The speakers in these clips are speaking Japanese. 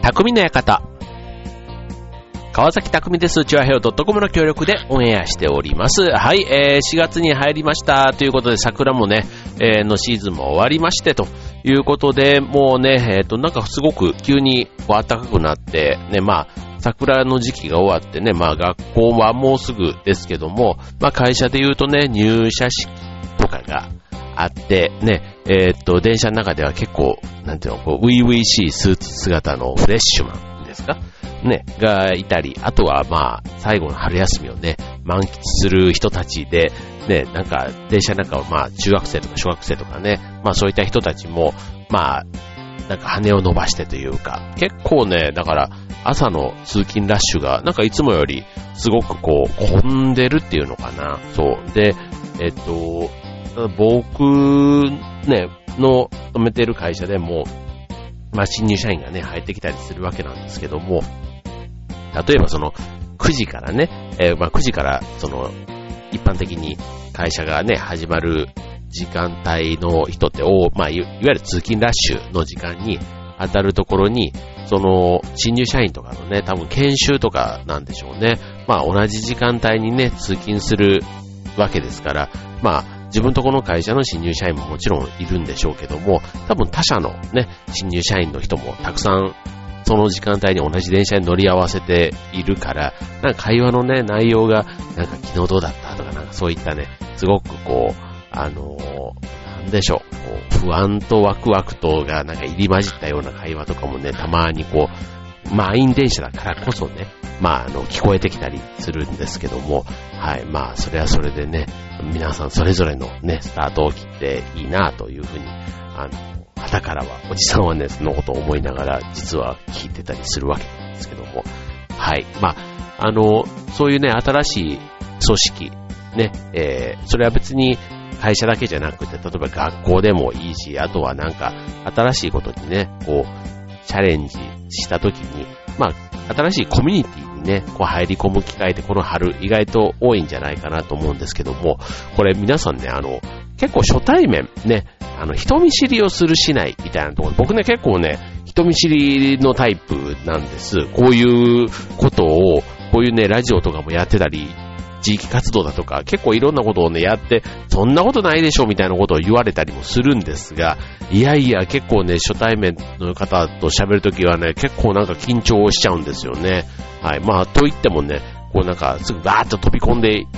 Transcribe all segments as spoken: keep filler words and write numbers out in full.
匠の館。川崎匠です。チュアヘオ .com の協力でオンエアしております。はい、えー、しがつに入りましたということで、桜もね、えー、のシーズンも終わりましてということで、もうね、えっと、なんかすごく急にこう暖かくなって、ね、まあ、桜の時期が終わってね、まあ学校はもうすぐですけども、まあ会社で言うとね、入社式とかがあって、ね、えー、っと、電車の中では結構、なんていうの、こう、初々しいスーツ姿のフレッシュマンですかね、がいたり、あとはまあ、最後の春休みをね、満喫する人たちで、ね、なんか、電車の中はまあ、中学生とか小学生とかね、まあそういった人たちも、まあ、なんか羽を伸ばしてというか、結構ね、だから、朝の通勤ラッシュが、なんかいつもより、すごくこう、混んでるっていうのかな。そう。で、えっと、僕、ね、の勤めてる会社でも、まあ新入社員がね、入ってきたりするわけなんですけども、例えばそのくじからね、えー、まあくじからその一般的に会社がね始まる時間帯の人ってお、まあいわゆる通勤ラッシュの時間に当たるところに、その新入社員とかのね、多分研修とかなんでしょうね。まあ同じ時間帯にね通勤するわけですから、まあ自分とこの会社の新入社員ももちろんいるんでしょうけども、多分他社のね新入社員の人もたくさんその時間帯に同じ電車に乗り合わせているから、なんか会話のね、内容が、なんか昨日どうだったとか、なんかそういったね、すごくこう、あのー、なんでしょう、こう不安とワクワクとがなんか入り混じったような会話とかもね、たまにこう、満員電車だからこそね、まあ、あの、聞こえてきたりするんですけども、はい、まあ、それはそれでね、皆さんそれぞれのね、スタートを切っていいなというふうに、あの、傍からは、おじさんはね、そのことを思いながら、実は聞いてたりするわけなんですけども。はい。まあ、あの、そういうね、新しい組織、ね、えー、それは別に会社だけじゃなくて、例えば学校でもいいし、あとはなんか、新しいことにね、こう、チャレンジしたときに、まあ、新しいコミュニティにね、こう入り込む機会ってこの春意外と多いんじゃないかなと思うんですけども、これ皆さんね、あの、結構初対面ね、あの、人見知りをするしないみたいなところ、僕ね結構ね、人見知りのタイプなんです。こういうことを、こういうね、ラジオとかもやってたり、地域活動だとか、結構いろんなことをね、やって、そんなことないでしょみたいなことを言われたりもするんですが、いやいや、結構ね、初対面の方と喋るときはね、結構なんか緊張しちゃうんですよね。はい。まあ、と言ってもね、こうなんかすぐバーッと飛び込んでいって、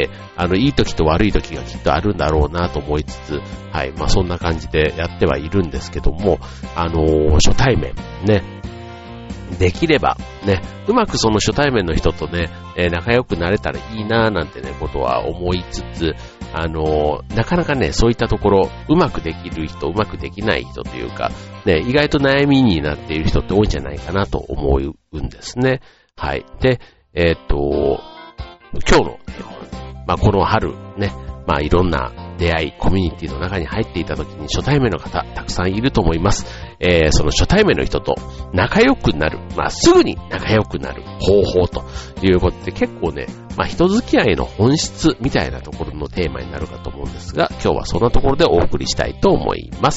あのいい時と悪い時がきっとあるんだろうなと思いつつ、はい、まあそんな感じでやってはいるんですけども、あのー、初対面ね、できればね、うまくその初対面の人とね、えー、仲良くなれたらいいななんてねことは思いつつ、あのー、なかなかねそういったところうまくできる人、うまくできない人というか、ね、意外と悩みになっている人って多いんじゃないかなと思うんですね。はい。で、えっと、今日のテーマ、まあこの春ね、まあいろんな出会い、コミュニティの中に入っていた時に初対面の方たくさんいると思います。えー、その初対面の人と仲良くなる、まあすぐに仲良くなる方法ということで結構ね、まあ人付き合いの本質みたいなところのテーマになるかと思うんですが、今日はそんなところでお送りしたいと思います。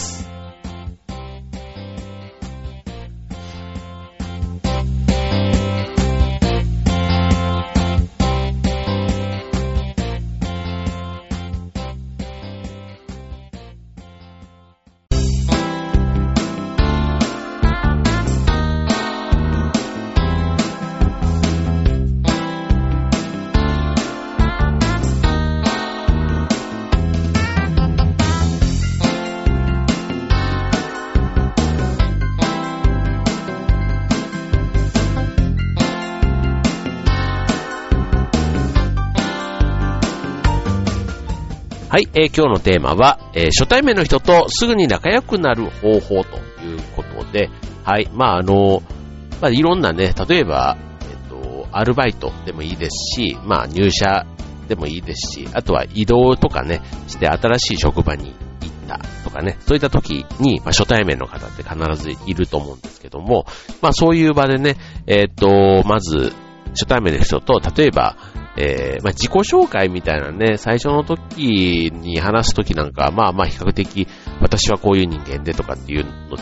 はい、えー、今日のテーマは、えー、初対面の人とすぐに仲良くなる方法ということで、はい、まああの、まあいろんなね、例えば、えっと、アルバイトでもいいですし、まあ入社でもいいですし、あとは移動とかね、して新しい職場に行ったとかね、そういった時に、まあ、初対面の方って必ずいると思うんですけども、まあそういう場でね、えっと、まず初対面の人と、例えば、えー、まあ、自己紹介みたいなね、最初の時に話す時なんか、まあまあ比較的、私はこういう人間でとかっていうので、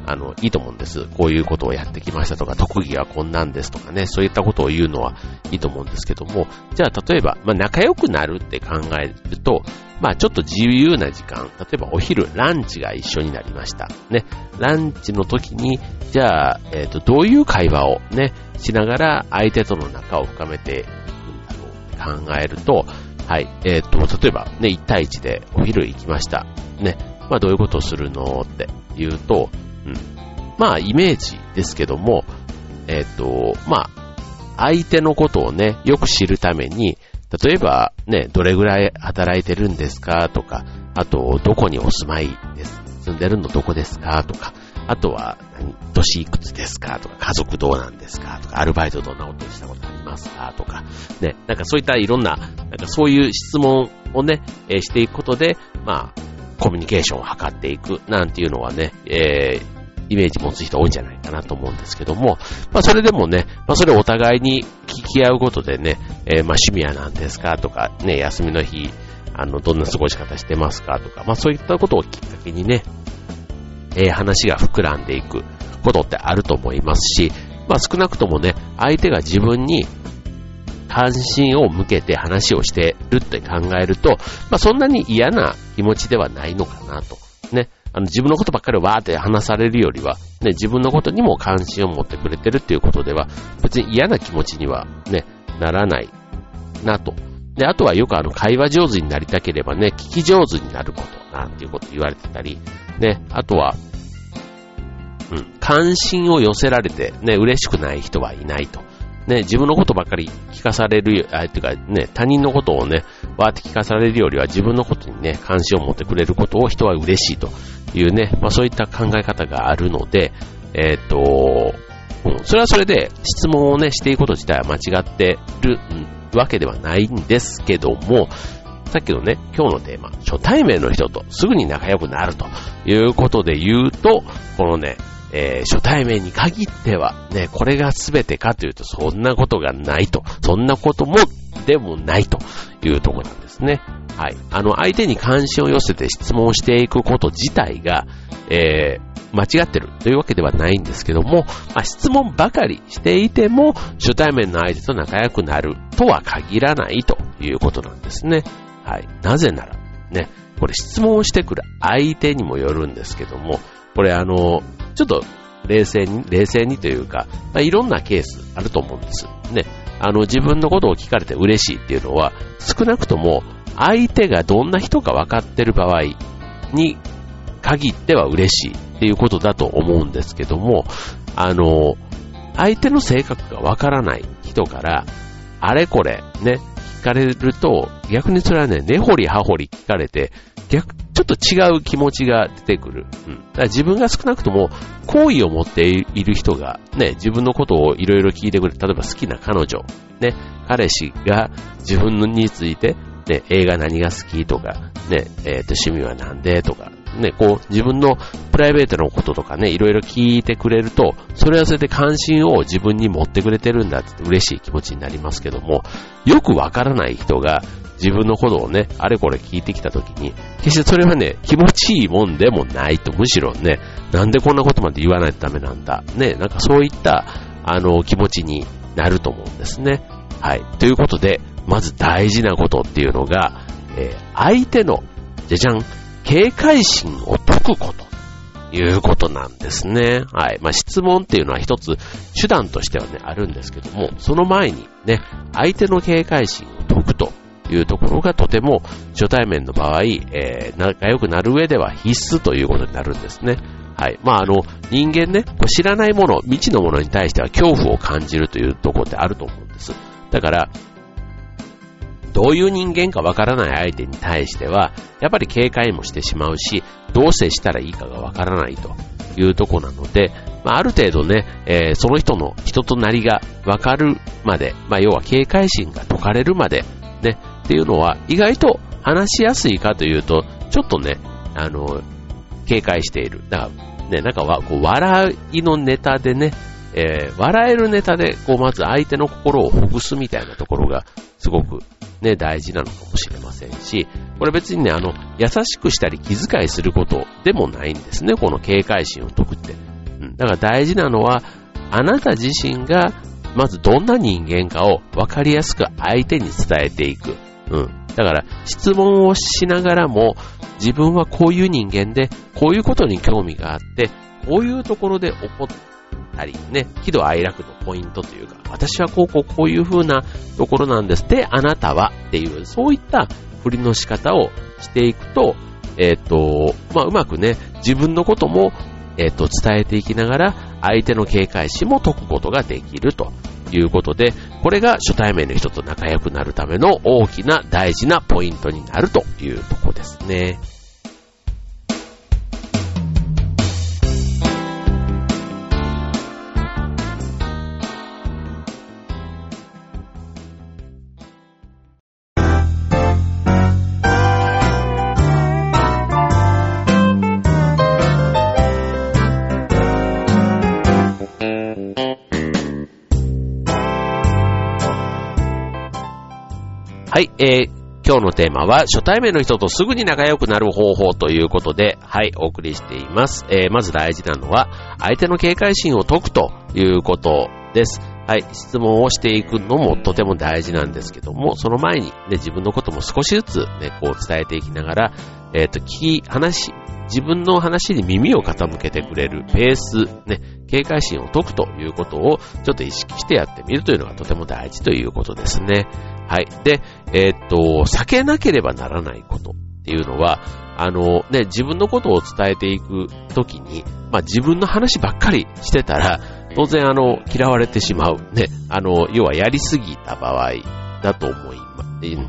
あの、いいと思うんです。こういうことをやってきましたとか、特技はこんなんですとかね、そういったことを言うのはいいと思うんですけども、じゃあ例えば、まあ仲良くなるって考えると、まあちょっと自由な時間、例えばお昼、ランチが一緒になりました。ね、ランチの時に、じゃあ、えっと、どういう会話をね、しながら相手との仲を深めていくんだろうって考えると、はい、えっと、例えばね、いち対いちでお昼行きました。ね、まあどういうことをするのって言うと、うん、まあイメージですけども、えっと、まあ、相手のことをね、よく知るために、例えばね、どれぐらい働いてるんですかとか、あと、どこにお住まいです。住んでるのどこですかとか、あとは、何、年いくつですかとか、家族どうなんですかとか、アルバイトどんなことしたことありますかとか、ね、なんかそういったいろんな、なんかそういう質問をね、えー、していくことで、まあ、コミュニケーションを図っていくなんていうのはね、えー、イメージ持つ人多いんじゃないかなと思うんですけども、まあそれでもね、まあそれをお互いに聞き合うことでね、えー、まあ趣味は何ですかとか、ね、休みの日、あの、どんな過ごし方してますかとか、まあそういったことをきっかけにね、えー、話が膨らんでいくことってあると思いますし、まあ少なくともね、相手が自分に関心を向けて話をしてるって考えると、まあそんなに嫌な気持ちではないのかなと。ね。あの自分のことばっかりわーって話されるよりは、ね、自分のことにも関心を持ってくれてるっていうことでは、別に嫌な気持ちにはね、ならないなと。で、あとはよくあの会話上手になりたければね、聞き上手になることなんていうこと言われてたり、ね、あとは、うん、関心を寄せられてね、嬉しくない人はいないと。ね、自分のことばっかり聞かされる、あ、っていうかね、他人のことをね、わーって聞かされるよりは自分のことにね、関心を持ってくれることを人は嬉しいというね、まあそういった考え方があるので、えっと、うん、それはそれで質問をね、していくこと自体は間違ってる、うん、わけではないんですけども、さっきのね、今日のテーマ、初対面の人とすぐに仲良くなるということで言うと、このね、えー、初対面に限っては、ね、これが全てかというと、そんなことがないと。そんなことも、でもないというところなんですね。はい。あの、相手に関心を寄せて質問していくこと自体が、えー、間違ってるというわけではないんですけども、まあ、質問ばかりしていても、初対面の相手と仲良くなるとは限らないということなんですね。はい。なぜなら、ね、これ質問をしてくる相手にもよるんですけども、これあの、ちょっと冷静に、冷静にというか、まあ、いろんなケースあると思うんです。ね。あの、自分のことを聞かれて嬉しいっていうのは、少なくとも相手がどんな人か分かってる場合に限っては嬉しいっていうことだと思うんですけども、あの、相手の性格が分からない人から、あれこれね、聞かれると、逆にそれはね、根掘り葉掘り聞かれて、逆、ちょっと違う気持ちが出てくる。うん。だから自分が少なくとも好意を持っている人がね、自分のことをいろいろ聞いてくれる。例えば好きな彼女、ね、彼氏が自分について、ね、映画何が好きとか、ね、えっと、趣味は何でとか、ね、こう、自分のプライベートのこととかね、いろいろ聞いてくれると、それはそれで関心を自分に持ってくれてるんだって嬉しい気持ちになりますけども、よくわからない人が自分のことをね、あれこれ聞いてきたときに、決してそれはね、気持ちいいもんでもないと、むしろね、なんでこんなことまで言わないとダメなんだ。ね、なんかそういった、あの、気持ちになると思うんですね。はい。ということで、まず大事なことっていうのが、えー、相手の、じゃじゃん、警戒心を解くこと、いうことなんですね。はい。まあ、質問っていうのは一つ手段としてはね、あるんですけども、その前にね、相手の警戒心を解くというところがとても初対面の場合、えー、仲良くなる上では必須ということになるんですね。はい。まあ、あの、人間ね、こう知らないもの、未知のものに対しては恐怖を感じるというところってあると思うんです。だから、どういう人間かわからない相手に対しては、やっぱり警戒もしてしまうし、どう接したらいいかがわからないというところなので、まあ、ある程度ね、えー、その人の人となりがわかるまで、まあ、要は警戒心が解かれるまで、ね、っていうのは意外と話しやすいかというと、ちょっとね、あの、警戒している。だからね、なんかわこう笑いのネタでね、えー、笑えるネタで、こうまず相手の心をほぐすみたいなところがすごくね、大事なのかもしれませんし、これ別にね、あの、優しくしたり気遣いすることでもないんですね、この警戒心を解くって。 だから大事なのは、あなた自身が、まずどんな人間かを分かりやすく相手に伝えていく。うん。だから、質問をしながらも、自分はこういう人間で、こういうことに興味があって、こういうところで起こったりね、喜怒哀楽のポイントというか、私はこうこうこういう風なところなんです。で、あなたはっていう、そういった振りの仕方をしていくと、えっと、まあ、うまくね、自分のことも、えっと、伝えていきながら、相手の警戒心も解くことができるということで、これが初対面の人と仲良くなるための大きな大事なポイントになるというところですね。はい、えー、今日のテーマは初対面の人とすぐに仲良くなる方法ということで、はい、お送りしています。えー、まず大事なのは相手の警戒心を解くということです。はい、質問をしていくのもとても大事なんですけども、その前にね、自分のことも少しずつね、こう伝えていきながら、えっと、聞き、話、自分の話に耳を傾けてくれるペース、ね、警戒心を解くということをちょっと意識してやってみるというのがとても大事ということですね。はい。で、えー、っと、避けなければならないことっていうのは、あのね、自分のことを伝えていくときに、まあ自分の話ばっかりしてたら、当然あの、嫌われてしまう。ね、あの、要はやりすぎた場合だと思います。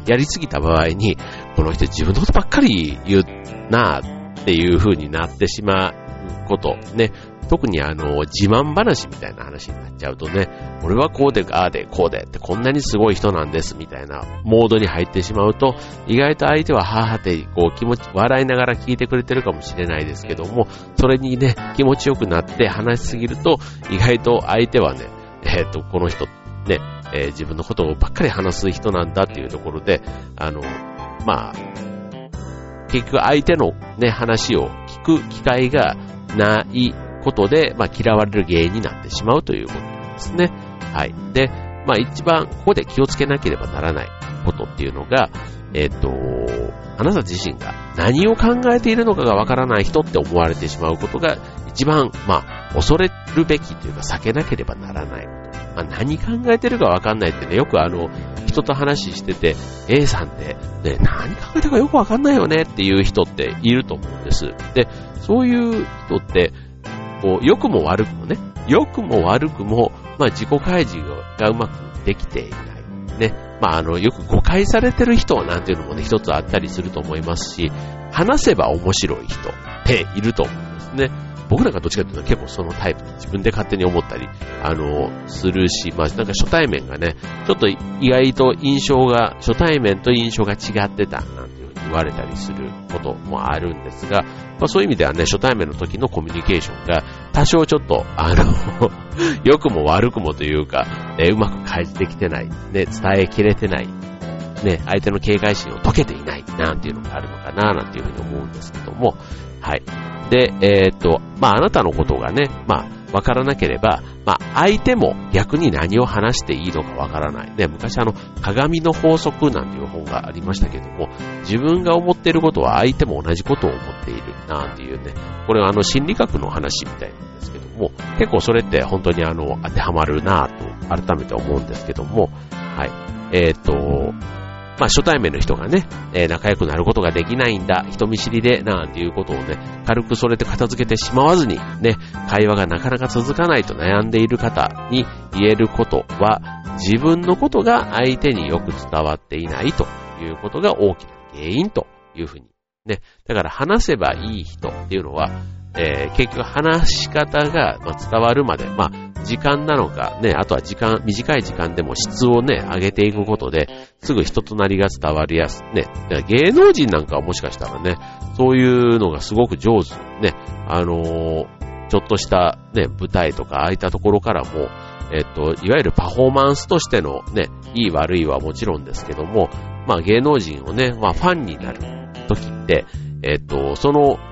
やりすぎた場合に、この人自分のことばっかり言うなっていう風になってしまうこと、ね。特にあの、自慢話みたいな話になっちゃうとね、俺はこうで、ああで、こうでって、こんなにすごい人なんですみたいなモードに入ってしまうと、意外と相手ははぁはってこう気持ち、笑いながら聞いてくれてるかもしれないですけども、それにね、気持ちよくなって話しすぎると、意外と相手はね、えっと、この人、ね、えー、自分のことをばっかり話す人なんだっていうところで、あの、まあ、結局相手のね、話を聞く機会がないことで、まあ、嫌われる原因になってしまうということなんですね。はい。で、まあ、一番ここで気をつけなければならないことっていうのが、えっと、あなた自身が何を考えているのかがわからない人って思われてしまうことが一番、まあ、恐れるべきというか避けなければならないこと。まあ、何考えてるかわかんないってね、よくあの、人と話してて、A さんってね、何考えてるかよくわかんないよねっていう人っていると思うんです。で、そういう人って、こう良くも悪くもね、良くも悪くも、まあ自己開示がうまくできていない。ね。まああの、よく誤解されてる人なんていうのもね、一つあったりすると思いますし、話せば面白い人っていると思うんですね。僕なんかどっちかというと結構そのタイプ自分で勝手に思ったり、あの、するし、まあなんか初対面がね、ちょっと意外と印象が、初対面と印象が違ってたなんていうふうに言われたりすることもあるんですが、まあそういう意味ではね、初対面の時のコミュニケーションが多少ちょっと、あの、良くも悪くもというか、えー、うまく開示できてない、ね、伝えきれてない、ね、相手の警戒心を解けていない、なんていうのがあるのかな、なんていうふうに思うんですけども、はい。で、えー、っと、まああなたのことがね、まあわからなければ、まあ相手も逆に何を話していいのかわからない。ね、昔あの、鏡の法則なんていう本がありましたけども、自分が思っていることは相手も同じことを思っているなんていうね、これはあの心理学の話みたいなんですけども、結構それって本当にあの、当てはまるなぁと改めて思うんですけども、はい。えー、っと、まあ初対面の人がね、えー、仲良くなることができないんだ、人見知りで、なんていうことをね、軽くそれで片付けてしまわずに、ね、会話がなかなか続かないと悩んでいる方に言えることは、自分のことが相手によく伝わっていないということが大きな原因というふうに。ね、だから話せばいい人っていうのは、えー、結局話し方が伝わるまで、まあ、時間なのかね、あとは時間、短い時間でも質をね、上げていくことで、すぐ人となりが伝わりやすい。ね、芸能人なんかはもしかしたらね、そういうのがすごく上手。ね、あのー、ちょっとしたね、舞台とか空いたところからも、えっと、いわゆるパフォーマンスとしてのね、いい悪いはもちろんですけども、まあ芸能人をね、まあファンになる時って、えっと、その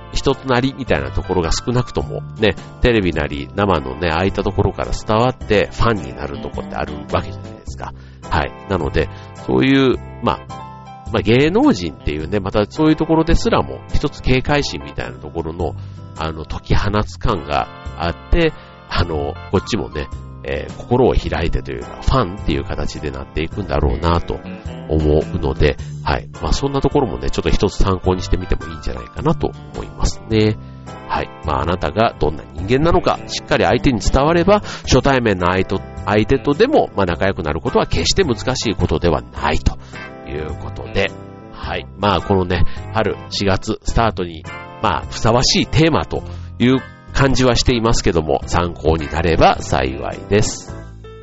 一つなりみたいなところが少なくともね、テレビなり生のね、空いたところから伝わってファンになるところってあるわけじゃないですか。はい。なので、そういう、まあ、まあ芸能人っていうね、またそういうところですらも一つ警戒心みたいなところの、あの、解き放つ感があって、あの、こっちもね、えー、心を開いてというか、ファンっていう形でなっていくんだろうなと思うので、はい。まあそんなところもね、ちょっと一つ参考にしてみてもいいんじゃないかなと思いますね。はい。まああなたがどんな人間なのか、しっかり相手に伝われば、初対面の相手相手とでも、まあ仲良くなることは決して難しいことではないということで、はい。まあこのね、春しがつスタートに、まあふさわしいテーマという感じはしていますけども、参考になれば幸いです。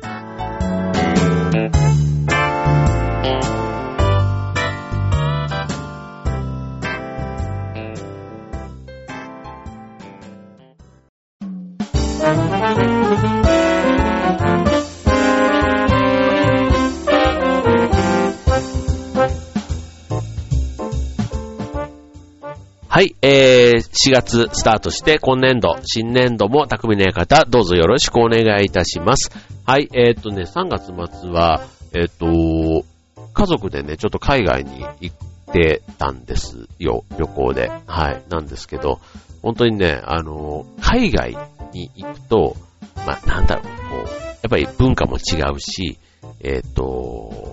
はい、えー、しがつスタートして今年度、新年度も匠の館どうぞよろしくお願いいたします。はい、えーっとね、さんがつ末は、えーっと、家族でね、ちょっと海外に行ってたんですよ、旅行で。はい、なんですけど、本当にね、あの、海外に行くと、まあ、なんだろう、こう、やっぱり文化も違うし、えーっと、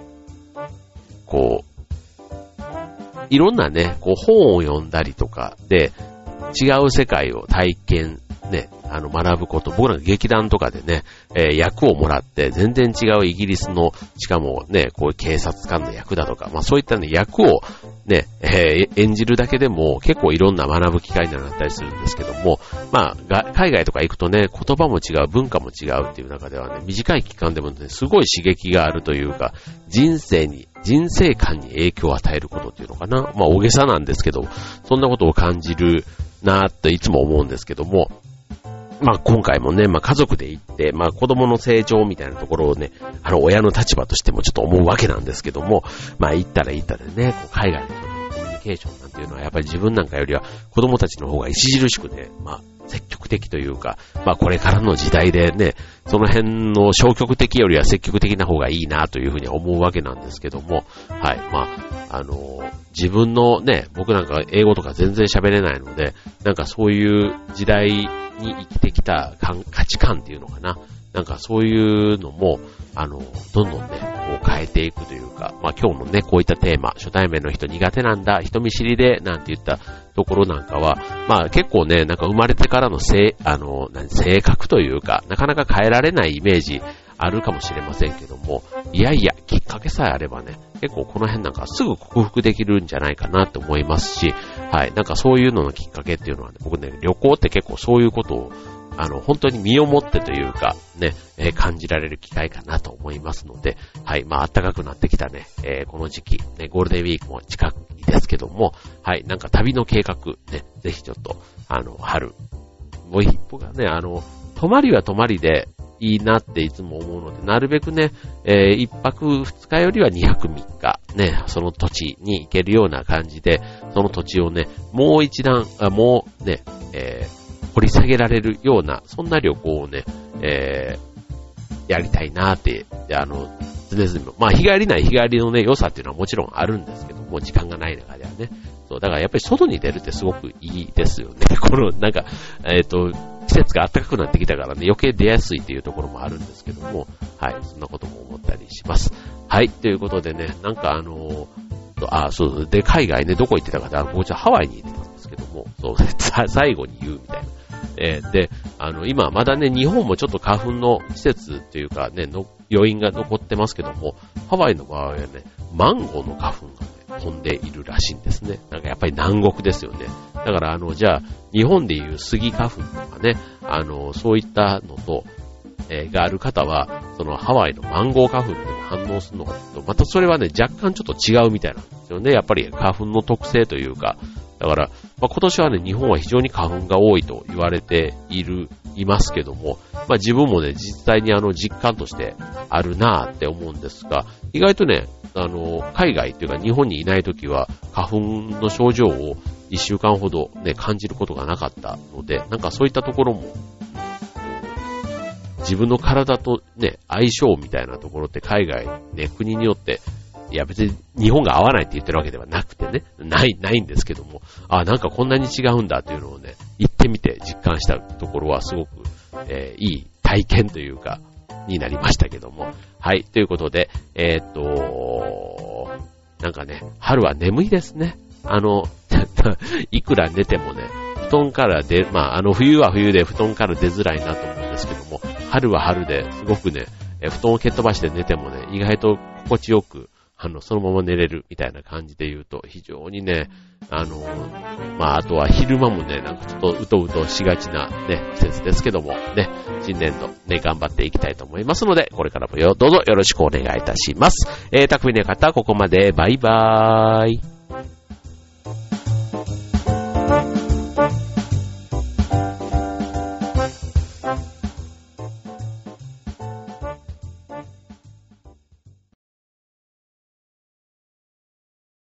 こう、いろんなね、こう本を読んだりとかで違う世界を体験ね、あの学ぶこと、僕らが劇団とかでね、えー、役をもらって全然違うイギリスの、しかもね、こういう警察官の役だとか、まあそういったね、役をね、えー、演じるだけでも結構いろんな学ぶ機会になったりするんですけども、まあ海外とか行くとね、言葉も違う、文化も違うっていう中ではね、短い期間でもね、すごい刺激があるというか、人生に、人生観に影響を与えることっていうのかな。まあ大げさなんですけど、そんなことを感じるなーっていつも思うんですけども、まあ今回もね、まあ家族で行って、まあ子供の成長みたいなところをね、あの親の立場としてもちょっと思うわけなんですけども、まあ行ったら行ったでね、こう海外の人とのコミュニケーションなんていうのはやっぱり自分なんかよりは子供たちの方が著しくね、まあ積極的というか、まあこれからの時代でね、その辺の消極的よりは積極的な方がいいなというふうに思うわけなんですけども、はい、まあ、あの、自分のね、僕なんか英語とか全然喋れないので、なんかそういう時代に生きてきた価値観っていうのかな、なんかそういうのも、あの、どんどんね、こう変えていくというか、まあ今日のね、こういったテーマ、初対面の人苦手なんだ、人見知りで、なんて言ったところなんかは、まあ結構ね、なんか生まれてからの性、あの、性格というか、なかなか変えられないイメージあるかもしれませんけども、いやいや、きっかけさえあればね、結構この辺なんかすぐ克服できるんじゃないかなって思いますし、はい、なんかそういうののきっかけっていうのはね、僕ね、旅行って結構そういうことを、あの、本当に身をもってというか、ね、えー、感じられる機会かなと思いますので、はい、まあ、暖かくなってきたね、えー、この時期、ね、ゴールデンウィークも近いですけども、はい、なんか旅の計画、ね、ぜひちょっと、あの、春、もう一歩がね、あの、泊まりは泊まりでいいなっていつも思うので、なるべくね、えー、一泊二日よりは二泊三日、ね、その土地に行けるような感じで、その土地をね、もう一段、あもうね、えー、掘り下げられるような、そんな旅行をね、えー、やりたいなーって、あの、常々、まあ日帰りない日帰りのね、良さっていうのはもちろんあるんですけども、時間がない中ではね。そう、だからやっぱり外に出るってすごくいいですよね。この、なんか、えっと、季節が暖かくなってきたからね、余計出やすいっていうところもあるんですけども、はい、そんなことも思ったりします。はい、ということでね、なんかあのー、あ、そう、で、海外ね、どこ行ってたかで、あの、僕じゃハワイに行ってたんですけども、そう、最後に言うみたいな。えー、で、あの、今まだね、日本もちょっと花粉の季節っていうかね、の余韻が残ってますけども、ハワイの場合はね、マンゴーの花粉がね、飛んでいるらしいんですね。なんかやっぱり南国ですよね。だからあの、じゃあ、日本でいう杉花粉とかね、あの、そういったのと、えー、がある方は、そのハワイのマンゴー花粉でも反応するのかと、またそれはね、若干ちょっと違うみたいなんですよね。やっぱり花粉の特性というか、だから、まあ、今年はね、日本は非常に花粉が多いと言われている、いますけども、まあ、自分もね、実際にあの、実感としてあるなぁって思うんですが、意外とね、あの、海外っていうか日本にいないときは、花粉の症状を、 一週間ほどね、感じることがなかったので、なんかそういったところも、自分の体とね、相性みたいなところって海外、ね、国によって、いや別に日本が合わないって言ってるわけではなくてね、ない、ないんですけども、あ、なんかこんなに違うんだっていうのをね、行ってみて実感したところはすごく、えー、いい体験というか、になりましたけども。はい、ということで、えー、っと、なんかね、春は眠いですね。あの、いくら寝てもね、布団から出、まあ、あの冬は冬で布団から出づらいなと思うんですけども、春は春ですごくね、え布団を蹴っ飛ばして寝てもね、意外と心地よく、あの、そのまま寝れるみたいな感じで言うと、非常にね、あの、まあ、あとは昼間もね、なんかちょっとうとうとしがちなね、季節ですけども、ね、新年度ね、頑張っていきたいと思いますので、これからもよ、どうぞよろしくお願いいたします。えー、匠の方、ここまで、バイバーイ。